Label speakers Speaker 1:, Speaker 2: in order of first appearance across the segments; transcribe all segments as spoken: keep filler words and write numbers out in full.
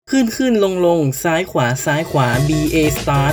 Speaker 1: ขึ้นขึ้นลงลงซ้ายขวาซ้ายขวา บี เอ Start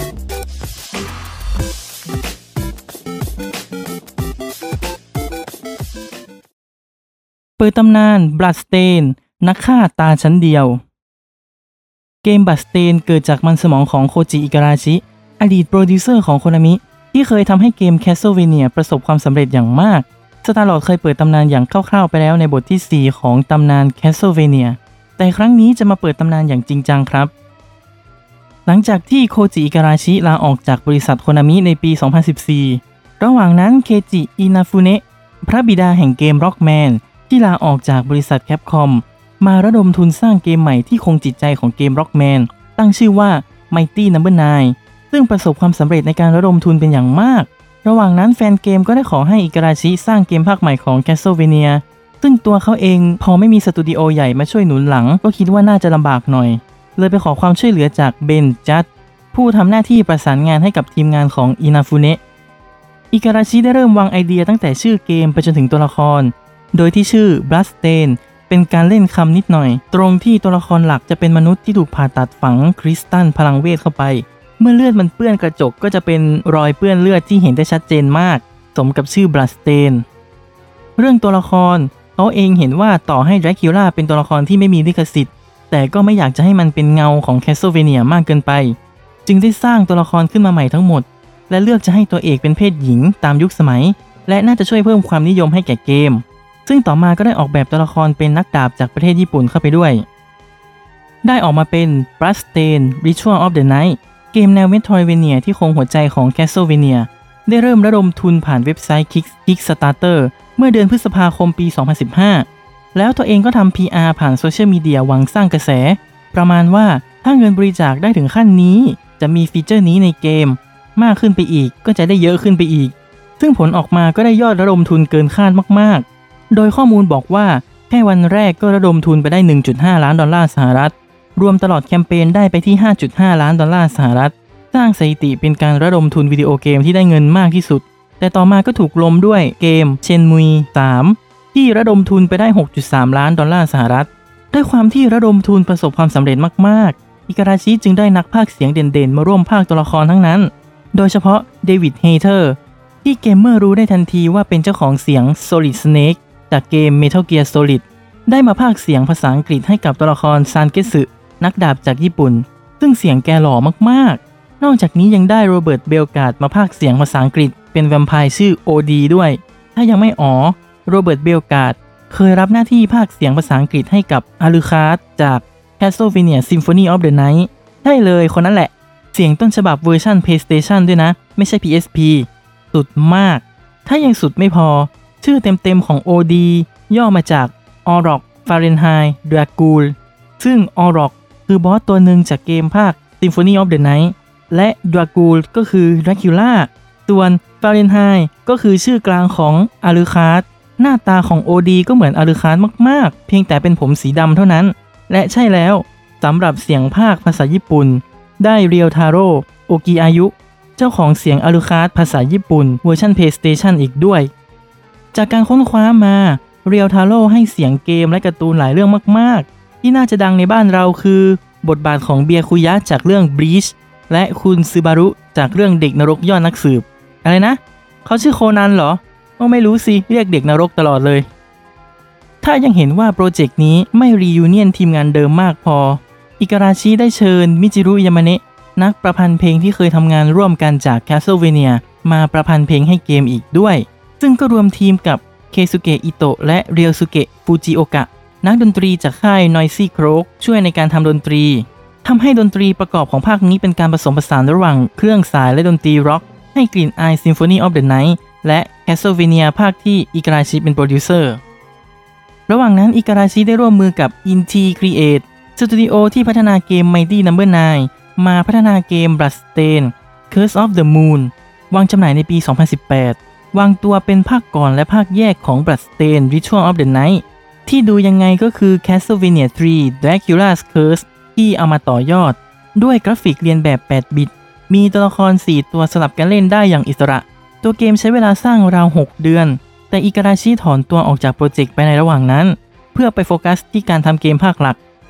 Speaker 2: เปิดตำนาน Bloodstain นักฆ่าตาชั้นเดียวเกม Bloodstain เกิดจากมันสมองของโคจิ อิการาชิ อดีตโปรดิวเซอร์ของโคนามิที่เคยทำให้เกม Castlevania ประสบความสำเร็จอย่างมาก Starlord เคยเปิดตำนานอย่างคร่าวๆไปแล้วในบทที่ สี่ ของตำนาน Castlevania แต่ครั้งนี้จะมาเปิดตำนานอย่างจริงจังครับหลังจากที่โคจิ อิการาชิลาออกจากบริษัทโคนามิในปี สองพันสิบสี่ ระหว่างนั้นเคจิ อินาฟุเนะพระบิดาแห่งเกม Rockman ที่ลาออกจากบริษัทแคปคอมมาระดมทุนสร้างเกมใหม่ที่คงจิตใจของเกม Rockman ตั้งชื่อว่า Mighty นัมเบอร์ ไนน์ ซึ่งประสบความสำเร็จในการระดมทุนเป็นอย่างมากระหว่างนั้นแฟนเกมก็ได้ขอให้อิการาชิสร้างเกมภาคใหม่ของ Castlevania ซึ่งตัวเขาเองพอไม่มีสตูดิโอใหญ่มาช่วยหนุนหลังก็คิดว่าน่าจะลำบากหน่อยเลยไปขอความช่วยเหลือจากเบน จัดผู้ทำหน้าที่ประสานงานให้กับทีมงานของอินาฟุเนะอิการาชิได้เริ่มวางไอเดียตั้งแต่ชื่อเกมไปจนถึงตัวละครโดยที่ชื่อ Bloodstain เป็นการเล่นคำนิดหน่อยตรงที่ตัวละครหลักจะเป็นมนุษย์ที่ถูกผ่าตัดฝังคริสตัลพลังเวทเข้าไปเมื่อเลือดมันเปื้อนกระจกก็จะเป็นรอยเปื้อนเลือดที่เห็นได้ชัดเจนมากสมกับชื่อ Bloodstain เรื่องตัวละครเขาเองเห็นว่าต่อให้ Dracula เป็นตัวละครที่ไม่มีลิขสิทธิ์แต่ก็ไม่อยากจะให้มันเป็นเงาของ Castlevania มากเกินไปจึงได้สร้างตัวละครขึ้นมาใหม่ทั้งหมดและเลือกจะให้ตัวเอกเป็นเพศหญิงตามยุคสมัยและน่าจะช่วยเพิ่มความนิยมให้แก่เกมซึ่งต่อมาก็ได้ออกแบบตัวละครเป็นนักดาบจากประเทศญี่ปุ่นเข้าไปด้วยได้ออกมาเป็น Bloodstain Ritual of the Night เกมแนว Metroidvania ที่คงหัวใจของ Castlevania ได้เริ่มระดมทุนผ่านเว็บไซต์ Kickstarter เมื่อเดือนพฤษภาคมปี สองพันสิบห้า แล้วตัวเองก็ทำ พี อาร์ ผ่านโซเชียลมีเดียหวังสร้างกระแสประมาณว่าถ้าเงินบริจาคได้ถึงขั้นนี้จะมีฟีเจอร์นี้ในเกมมากขึ้นไปอีกก็จะได้เยอะขึ้นไปอีกซึ่งผลออกมาก็ได้ยอดระดมทุนเกินคาดมากๆโดยข้อมูลบอกว่าแค่วันแรกก็ระดมทุนไปได้ หนึ่งจุดห้า ล้านดอลลาร์สหรัฐรวมตลอดแคมเปญได้ไปที่ ห้าจุดห้า ล้านดอลลาร์สหรัฐสร้างสถิติเป็นการระดมทุนวิดีโอเกมที่ได้เงินมากที่สุดแต่ต่อมาก็ถูกล้มด้วยเกม Shenmue สาม ที่ระดมทุนไปได้ หกจุดสาม ล้านดอลลาร์สหรัฐด้วยความที่ระดมทุนประสบความสำเร็จมากๆอิการาชิจึงได้นักพากย์เสียงเด่นๆมาร่วมพากย์ตัวละครทั้งนั้นโดยเฉพาะเดวิด เฮเทอร์ที่เกมเมอร์รู้ได้ทันทีว่าเป็นเจ้าของเสียง Solid Snake จากเกม Metal Gear Solid ได้มาพากย์เสียงภาษาอังกฤษให้กับตัวละครซานเกสึนักดาบจากญี่ปุ่นซึ่งเสียงแกหล่อมากๆนอกจากนี้ยังได้โรเบิร์ต เบลการ์ดมาพากย์เสียงภาษาอังกฤษเป็นแวมไพร์ชื่อ โอ ดี ด้วยถ้ายังไม่อ๋อโรเบิร์ต เบลการ์ดเคยรับหน้าที่พากย์เสียงภาษาอังกฤษให้กับอาลูคาร์ดจาก Castlevania Symphony of the Night ใช่เลยคนนั้นแหละเสียงต้นฉบับเวอร์ชัน PlayStation ด้วยนะไม่ใช่ พี เอส พี สุดมากถ้ายังสุดไม่พอชื่อเต็มๆของ โอ ดี ย่อมาจาก Orok Fahrenheit Dracul ซึ่ง Orok คือบอสตัวหนึ่งจากเกมภาค Symphony of the Night และ Dracul ก็คือ Dracula ส่วน Fahrenheit ก็คือชื่อกลางของอาลูคาร์ดหน้าตาของ โอ ดี ก็เหมือนอาลูคาร์ดมากๆเพียงแต่เป็นผมสีดำเท่านั้นและใช่แล้วสำหรับเสียงภาคภาษาญี่ปุ่นได้เรียวทาโร่ โอกิอายุเจ้าของเสียงอาลูคาร์ดภาษาญี่ปุ่นเวอร์ชัน PlayStation อีกด้วยจากการค้นคว้ามาเรียวทาโร่ให้เสียงเกมและการ์ตูนหลายเรื่องมากๆที่น่าจะดังในบ้านเราคือบทบาทของเบียคุยะจากเรื่อง Bleach และคุณซึบารุจากเรื่องเด็กนรกยอดนักสืบอะไรนะเขาชื่อโคนันเหรอก็ไม่รู้สิเรียกเด็กนรกตลอดเลยถ้ายังเห็นว่าโปรเจกต์นี้ไม่รียูเนียนทีมงานเดิมมากพออิการาชิได้เชิญมิจิรุยามาเนะนักประพันธ์เพลงที่เคยทำงานร่วมกันจาก Castlevania มาประพันธ์เพลงให้เกมอีกด้วยซึ่งก็รวมทีมกับเคซุเกะอิโตะและเรียวซุเกะฟูจิโอกะนักดนตรีจากค่าย Noisy Croak ช่วยในการทำดนตรีทำให้ดนตรีประกอบของภาคนี้เป็นการผสมผสานระหว่างเครื่องสายและดนตรีร็อกให้กลิ่นอาย Symphony of the Night และ Castlevania ภาคที่อิการาชิเป็นโปรดิวเซอร์ระหว่างนั้นอิการาชิได้ร่วมมือกับ Inti Create สตูดิโอที่พัฒนาเกม Mighty นัมเบอร์ ไนน์ มาพัฒนาเกม Bloodstain Curse of the Moon วางจำหน่ายในปี สองพันสิบแปด วางตัวเป็นภาคก่อนและภาคแยกของ Bloodstain Ritual of the Night ที่ดูยังไงก็คือ Castlevania ทรี Dracula's Curse ที่เอามาต่อยอดด้วยกราฟิกเรียนแบบ แปด บิตมีตัวละคร สี่ ตัวสลับกันเล่นได้อย่างอิสระตัวเกมใช้เวลาสร้างราว หก เดือนแต่ แต่อิการาชิถอนตัวออกจากโปรเจกต์ไปในระหว่างนั้นเพื่อไปโฟกัสที่การทำเกมภาคหลัก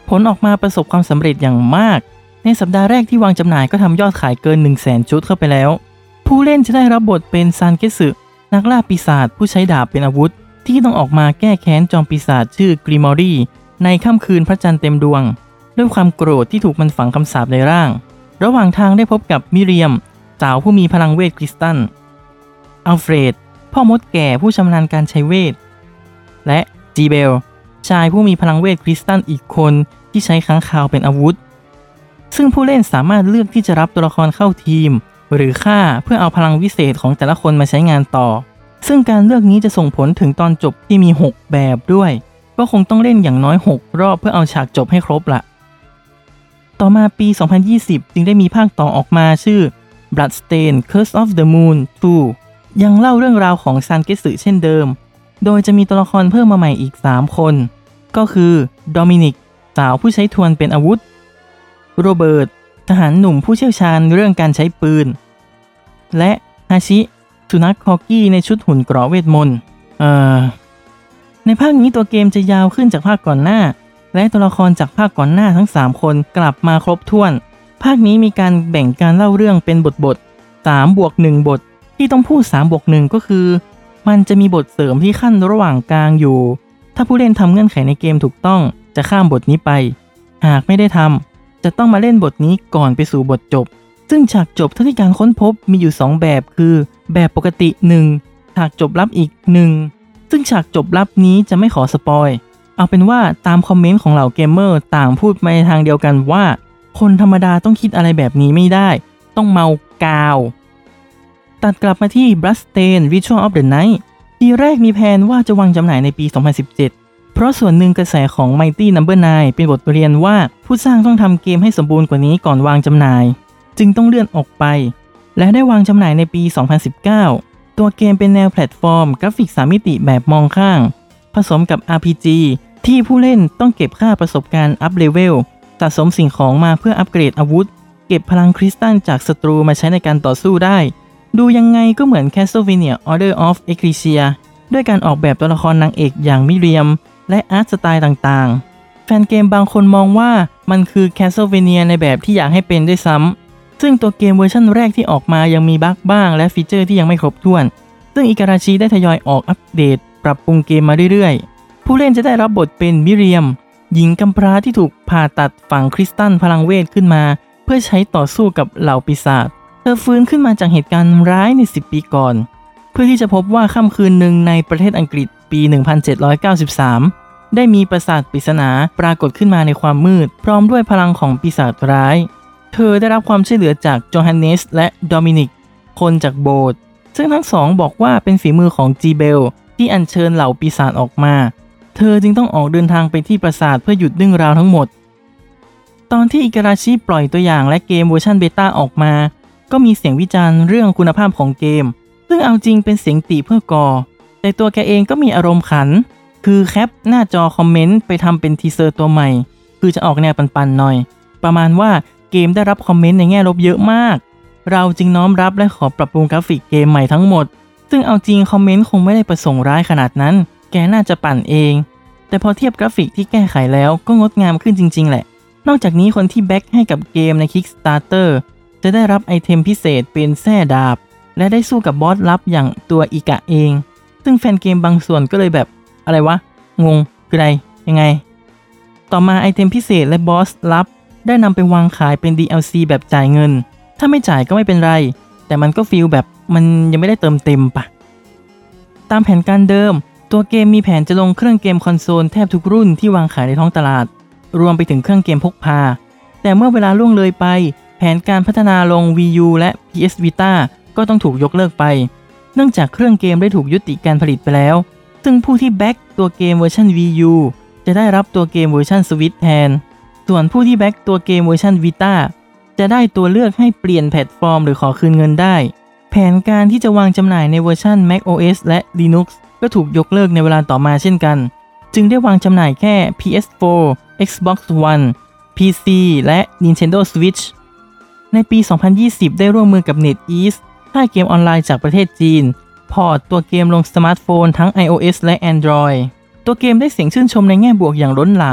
Speaker 2: ผลออกมาประสบความสำเร็จอย่างมากในสัปดาห์แรกที่วางจำหน่ายก็ทำยอดขายเกิน หนึ่งแสน ชุดเข้าไปแล้วผู้เล่นจะได้รับบทเป็นซานเกสึนักล่าปีศาจผู้ใช้ดาบเป็นอาวุธที่ต้องออกมาแก้แค้นจอมปีศาจชื่อกริมอรี่ในค่ำคืนพระจันทร์เต็มดวงด้วยความโกรธที่ถูกมันฝังคำสาปในร่างระหว่างทางได้พบกับมิเรียมสาวผู้มีพลังเวทคริสตัลอัลเฟรดพ่อมดแก่ผู้ชำนาญการใช้เวทและจีเบลชายผู้มีพลังเวทคริสตัลอีกคนที่ใช้ค้างคาวเป็นอาวุธซึ่งผู้เล่นสามารถเลือกที่จะรับตัวละครเข้าทีมหรือฆ่าเพื่อเอาพลังวิเศษของแต่ละคนมาใช้งานต่อซึ่งการเลือกนี้จะส่งผลถึงตอนจบที่มีหกแบบด้วยก็คงต้องเล่นอย่างน้อยหกรอบเพื่อเอาฉากจบให้ครบละต่อมาปี สองพันยี่สิบ จึงได้มีภาคต่อออกมาชื่อ Bloodstained Curse of the Moon ทู ยังเล่าเรื่องราวของซานเกสึเช่นเดิมโดยจะมีตัวละครเพิ่มมาใหม่อีกสามคนก็คือโดมินิกสาวผู้ใช้ทวนเป็นอาวุธโรเบิร์ตทหารหนุ่มผู้เชี่ยวชาญเรื่องการใช้ปืนและฮาชิสุนัขคอกี้ในชุดหุ่นเกราะเวทมนต์เอ่อในภาคนี้ตัวเกมจะยาวขึ้นจากภาคก่อนหน้าและตัวละครจากภาคก่อนหน้าทั้งสามคนกลับมาครบถ้วนภาคนี้มีการแบ่งการเล่าเรื่องเป็นบทบทสามบวกหนึ่งบทที่ต้องพูดสามบวกหนึ่งก็คือมันจะมีบทเสริมที่ขั้นระหว่างกลางอยู่ถ้าผู้เล่นทำเงื่อนไขในเกมถูกต้องจะข้ามบทนี้ไปหากไม่ได้ทำจะต้องมาเล่นบทนี้ก่อนไปสู่บทจบซึ่งฉากจบเท่าที่การค้นพบมีอยู่สองแบบคือแบบปกติหนึ่งฉากจบลับอีกหนึ่งซึ่งฉากจบลับนี้จะไม่ขอสปอยเอาเป็นว่าตามคอมเมนต์ของเหล่าเกมเมอร์ต่างพูดมาในทางเดียวกันว่าคนธรรมดาต้องคิดอะไรแบบนี้ไม่ได้ต้องเมากาวตัดกลับมาที่ Bloodstained Ritual of the Night ทีแรกมีแผนว่าจะวางจำหน่ายในปี สองพันสิบเจ็ด เพราะส่วนหนึ่งกระแสของ Mighty นัมเบอร์ ไนน์ เป็นบทเรียนว่าผู้สร้างต้องทำเกมให้สมบูรณ์กว่านี้ก่อนวางจำหน่ายจึงต้องเลื่อนออกไปและได้วางจำหน่ายในปี สองพันสิบเก้า ตัวเกมเป็นแนวแพลตฟอร์มกราฟิกสามมิติแบบมองข้างผสมกับ อาร์ พี จี ที่ผู้เล่นต้องเก็บค่าประสบการณ์อัพเลเวลสะสมสิ่งของมาเพื่ออัปเกรดอาวุธเก็บพลังคริสตัลจากศัตรูมาใช้ในการต่อสู้ได้ดูยังไงก็เหมือน Castlevania Order of Ecclesia ด้วยการออกแบบตัวละครนางเอกอย่างมิเรียมและอาร์ตสไตล์ต่างๆแฟนเกมบางคนมองว่ามันคือ Castlevania ในแบบที่อยากให้เป็นด้วยซ้ำซึ่งตัวเกมเวอร์ชันแรกที่ออกมายังมีบั๊กบ้างและฟีเจอร์ที่ยังไม่ครบถ้วนซึ่งอิการาชิได้ทยอยออกอัปเดตปรับปรุงเกมมาเรื่อยๆผู้เล่นจะได้รับบทเป็นมิเรียมหญิงกำพร้าที่ถูกผ่าตัดฝังคริสตัลพลังเวทขึ้นมาเพื่อใช้ต่อสู้กับเหล่าปีศาจเธอฟื้นขึ้นมาจากเหตุการณ์ร้ายในสิบปีก่อนเพื่อที่จะพบว่าค่ำคืนหนึ่งในประเทศอังกฤษปี หนึ่งพันเจ็ดร้อยเก้าสิบสาม ได้มีปราสาทปริศนาปรากฏขึ้นมาในความมืดพร้อมด้วยพลังของปีศาจร้ายเธอได้รับความช่วยเหลือจากโจฮันเนสและโดมินิกคนจากโบสถ์ซึ่งทั้งสองบอกว่าเป็นฝีมือของจีเบลที่อัญเชิญเหล่าปีศาจออกมาเธอจึงต้องออกเดินทางไปที่ปราสาทเพื่อหยุดเรื่องราวทั้งหมดตอนที่อิการาชิปล่อยตัวอย่างและเกมเวอร์ชันเบต้าออกมาก็มีเสียงวิจารณ์เรื่องคุณภาพของเกมซึ่งเอาจริงเป็นเสียงติเพื่อกอแต่ตัวแกเองก็มีอารมณ์ขันคือแคปหน้าจอคอมเมนต์ไปทำเป็นทีเซอร์ตัวใหม่คือจะออกแนวปันๆหน่อยประมาณว่าเกมได้รับคอมเมนต์ในแง่ลบเยอะมากเราจึงน้อมรับและขอปรับปรุงกราฟิกเกมใหม่ทั้งหมดซึ่งเอาจริงคอมเมนต์คงไม่ได้ประสงค์ร้ายขนาดนั้นแกน่าจะปั่นเองแต่พอเทียบกราฟิกที่แก้ไขแล้วก็งดงามขึ้นจริงๆแหละนอกจากนี้คนที่แบ็คให้กับเกมใน Kickstarter จะได้รับไอเทมพิเศษเป็นแส้ดาบและได้สู้กับบอสลับอย่างตัวอิกะเองซึ่งแฟนเกมบางส่วนก็เลยแบบอะไรวะงงคืออะไรยังไงต่อมาไอเทมพิเศษและบอสลับได้นำไปวางขายเป็น ดี แอล ซี แบบจ่ายเงินถ้าไม่จ่ายก็ไม่เป็นไรแต่มันก็ฟีลแบบมันยังไม่ได้เติมเต็มปะตามแผนการเดิมตัวเกมมีแผนจะลงเครื่องเกมคอนโซลแทบทุกรุ่นที่วางขายในท้องตลาดรวมไปถึงเครื่องเกมพกพาแต่เมื่อเวลาล่วงเลยไปแผนการพัฒนาลง วี ยู และ พี เอส Vita ก็ต้องถูกยกเลิกไปเนื่องจากเครื่องเกมได้ถูกยุติการผลิตไปแล้วซึ่งผู้ที่แบ็กตัวเกมเวอร์ชัน วี ยู จะได้รับตัวเกมเวอร์ชัน Switch แทนส่วนผู้ที่แบ็กตัวเกมเวอร์ชัน Vita จะได้ตัวเลือกให้เปลี่ยนแพลตฟอร์มหรือขอคืนเงินได้แผนการที่จะวางจำหน่ายในเวอร์ชัน macOS และ Linux ก็ถูกยกเลิกในเวลาต่อมาเช่นกันจึงได้วางจำหน่ายแค่ พี เอส โฟร์ Xbox One พี ซี และ Nintendo Switch ในปี สองพันยี่สิบ ได้ร่วมมือกับ NetEase ค่ายเกมออนไลน์จากประเทศจีนพอร์ตตัวเกมลงสมาร์ทโฟนทั้ง iOS และ Android ตัวเกมได้เสียงชื่นชมในแง่บวกอย่างล้นหลาม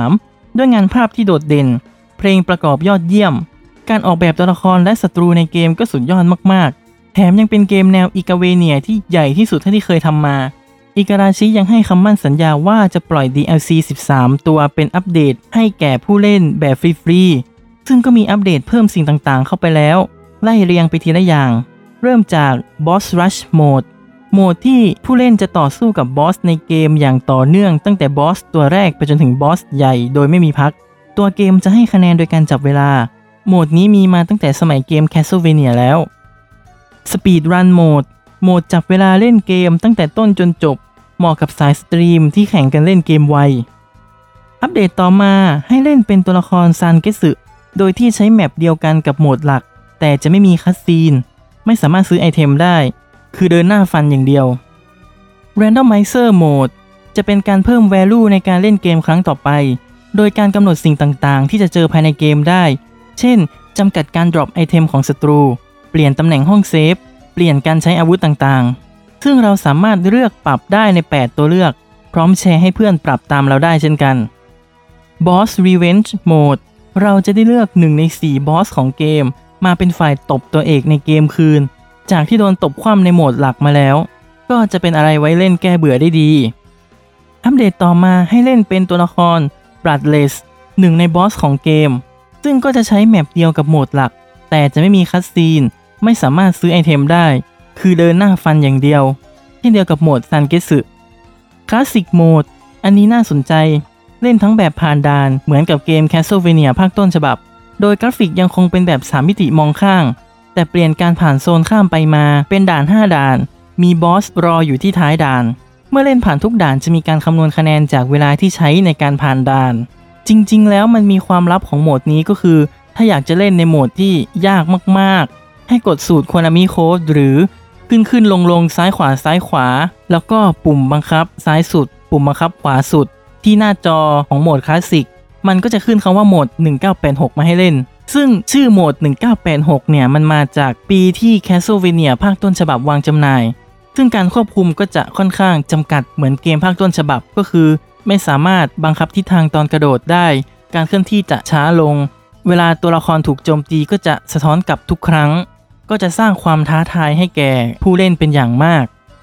Speaker 2: ด้วยงานภาพที่โดดเด่นเพลงประกอบยอดเยี่ยมการออกแบบตัวละครและศัตรูในเกมก็สุดยอดมากๆแถมยังเป็นเกมแนวอิกาเวเนียที่ใหญ่ที่สุดเท่าที่เคยทำมาอิการาชิยังให้คำมั่นสัญญาว่าจะปล่อย ดี แอล ซี สิบสามตัวเป็นอัปเดตให้แก่ผู้เล่นแบบฟรีๆซึ่งก็มีอัปเดตเพิ่มสิ่งต่างๆเข้าไปแล้วไล่เรียงไปทีละอย่างเริ่มจาก Boss Rush Mode โหมดที่ผู้เล่นจะต่อสู้กับบอสในเกมอย่างต่อเนื่องตั้งแต่บอสตัวแรกไปจนถึงบอสใหญ่โดยไม่มีพักตัวเกมจะให้คะแนนโดยการจับเวลาโหมดนี้มีมาตั้งแต่สมัยเกม Castlevania แล้ว Speed Run Mode โหมดจับเวลาเล่นเกมตั้งแต่ต้นจนจบเหมาะกับสายสตรีมที่แข่งกันเล่นเกมไวอัปเดตต่อมาให้เล่นเป็นตัวละครซานเกสึโดยที่ใช้แมปเดียวกันกับโหมดหลักแต่จะไม่มีคัสซีนไม่สามารถซื้อไอเทมได้คือเดินหน้าฟันอย่างเดียว Randomizer Mode จะเป็นการเพิ่ม value ในการเล่นเกมครั้งต่อไปโดยการกำหนดสิ่งต่างๆที่จะเจอภายในเกมได้เช่นจำกัดการ drop ไอเทมของศัตรูเปลี่ยนตำแหน่งห้องเซฟเปลี่ยนการใช้อาวุธต่างๆซึ่งเราสามารถเลือกปรับได้ในแปดตัวเลือกพร้อมแชร์ให้เพื่อนปรับตามเราได้เช่นกัน Boss Revenge Mode เราจะได้เลือกหนึ่งในสี่บอสของเกมมาเป็นฝ่ายตบตัวเอกในเกมคืนจากที่โดนตบคว่ำในโหมดหลักมาแล้วก็จะเป็นอะไรไว้เล่นแก้เบื่อได้ดีอัปเดตต่อมาให้เล่นเป็นตัวละคร Bloodless หนึ่งในบอสของเกมซึ่งก็จะใช้แมปเดียวกับโหมดหลักแต่จะไม่มีคัสซีนไม่สามารถซื้อไอเทมได้คือเดินหน้าฟันอย่างเดียวเช่นเดียวกับโหมดซันเกสึคลาสสิกโหมดอันนี้น่าสนใจเล่นทั้งแบบผ่านด่านเหมือนกับเกม Castlevania ภาคต้นฉบับโดยกราฟิกยังคงเป็นแบบสามมิติมองข้างแต่เปลี่ยนการผ่านโซนข้ามไปมาเป็นด่านห้าด่านมีบอสรออยู่ที่ท้ายด่านเมื่อเล่นผ่านทุกด่านจะมีการคำนวณคะแนนจากเวลาที่ใช้ในการผ่านด่านจริงๆแล้วมันมีความลับของโหมดนี้ก็คือถ้าอยากจะเล่นในโหมดที่ยากมากๆให้กดสูตรโคนามิโค้ดหรือขึ้นขึ้นลงลงซ้ายขวาซ้ายขวาแล้วก็ปุ่มบังคับซ้ายสุดปุ่มบังคับขวาสุดที่หน้าจอของโหมดคลาสสิกมันก็จะขึ้นคำว่าโหมดหนึ่งเก้าแปดหกมาให้เล่นซึ่งชื่อโหมดหนึ่งเก้าแปดหกเนี่ยมันมาจากปีที่ Castlevania ภาคต้นฉบับวางจำหน่ายซึ่งการควบคุมก็จะค่อนข้างจำกัดเหมือนเกมภาคต้นฉบับก็คือไม่สามารถบังคับทิศทางตอนกระโดดได้การเคลื่อนที่จะช้าลงเวลาตัวละครถูกโจมตีก็จะสะท้อนกลับทุกครั้งก็จะสร้างความท้าทายให้แก่ผู้เล่นเป็นอย่างมาก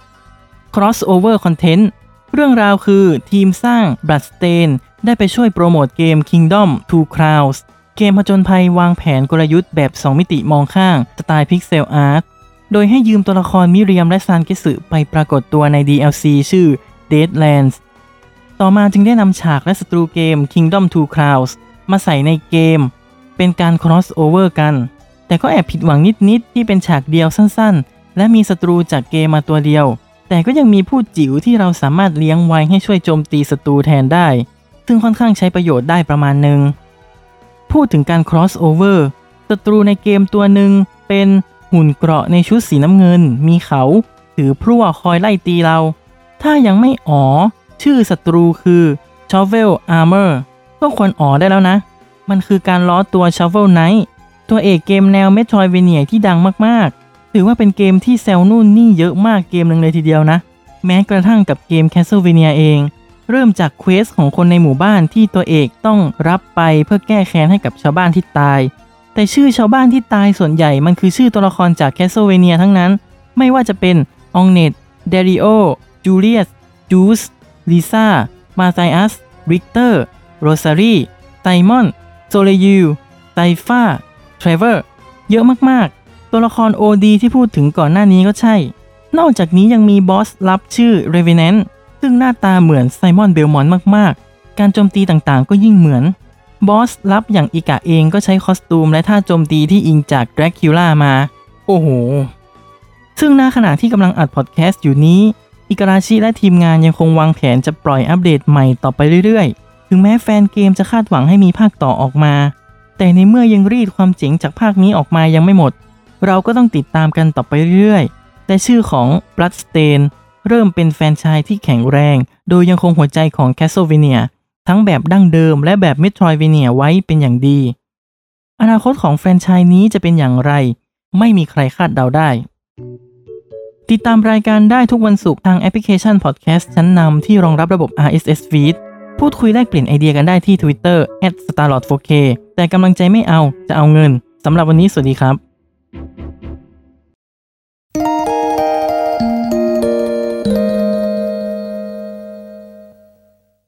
Speaker 2: Crossover Content เรื่องราวคือทีมสร้าง Bloodstain ได้ไปช่วยโปรโมทเกม Kingdom Two Crowns เกมผจญภัยวางแผนกลยุทธ์แบบสองมิติมองข้างสไตล์พิกเซลอาร์ตโดยให้ยืมตัวละครมิเรียมและซานเกสึไปปรากฏตัวใน ดี แอล ซี ชื่อ Deadlands ต่อมาจึงได้นำฉากและศัตรูเกม Kingdom Two Crowns มาใส่ในเกมเป็นการ crossover กันแต่ก็แอบผิดหวังนิดๆที่เป็นฉากเดียวสั้นๆและมีศัตรูจากเกมมาตัวเดียวแต่ก็ยังมีผู้จิ๋วที่เราสามารถเลี้ยงไว้ให้ช่วยโจมตีศัตรูแทนได้ซึ่งค่อนข้างใช้ประโยชน์ได้ประมาณนึงพูดถึงการ crossover ศัตรูในเกมตัวหนึ่งเป็นหุ่นเกราะในชุดสีน้ำเงินมีเขาถือพลั่วคอยไล่ตีเราถ้ายังไม่อ๋อชื่อศัตรูคือ Shovel Armor ก็ควรอ๋อได้แล้วนะมันคือการล้อตัว Shovel Knight ตัวเอกเกมแนว Metroidvania ที่ดังมากๆถือว่าเป็นเกมที่แซวนู่นนี่เยอะมากเกมนึงเลยทีเดียวนะแม้กระทั่งกับเกม Castlevania เองเริ่มจากเควสของคนในหมู่บ้านที่ตัวเอกต้องรับไปเพื่อแก้แค้นให้กับชาวบ้านที่ตายแต่ชื่อชาวบ้านที่ตายส่วนใหญ่มันคือชื่อตัวละครจาก Castlevania ทั้งนั้นไม่ว่าจะเป็นองเนตเดริโอจูเลียสจูสลิซ่ามาไซอัสริกเตอร์โรซารีไซมอนโซเลยูไซฟ้าเทรเวอร์เยอะมากๆตัวละคร โอ ดี ที่พูดถึงก่อนหน้านี้ก็ใช่นอกจากนี้ยังมีบอสลับชื่อ Revenant ซึ่งหน้าตาเหมือนไซมอนเบลมอนต์มากๆการโจมตีต่างๆก็ยิ่งเหมือนบอสลับอย่างอิกะเองก็ใช้คอสตูมและท่าโจมตีที่อิงจาก Dracula มาโอ้โหซึ่งณขณะที่กำลังอัดพอดแคสต์อยู่นี้อิการาชิและทีมงานยังคงวางแผนจะปล่อยอัปเดตใหม่ต่อไปเรื่อยๆถึงแม้แฟนเกมจะคาดหวังให้มีภาคต่อออกมาแต่ในเมื่อยังรีดความเจ๋งจากภาคนี้ออกมายังไม่หมดเราก็ต้องติดตามกันต่อไปเรื่อยๆแต่ชื่อของ Bloodstain เริ่มเป็นแฟรนไชส์ที่แข็งแรงโดยยังคงหัวใจของ Castlevania ทั้งแบบดั้งเดิมและแบบ Metroidvania ไว้เป็นอย่างดีอนาคตของแฟรนไชส์นี้จะเป็นอย่างไรไม่มีใครคาดเดาได้ติดตามรายการได้ทุกวันศุกร์ทางแอปพลิเคชันพอดแคสต์ชั้นนำที่รองรับระบบ อาร์ เอส เอส Feed พูดคุยแลกเปลี่ยนไอเดียกันได้ที่ Twitterแอท สตาร์ลอร์ด โฟร์เค แต่กำลังใจไม่เอาจะเอาเงินสำหรับวันนี้สวัสดีครับ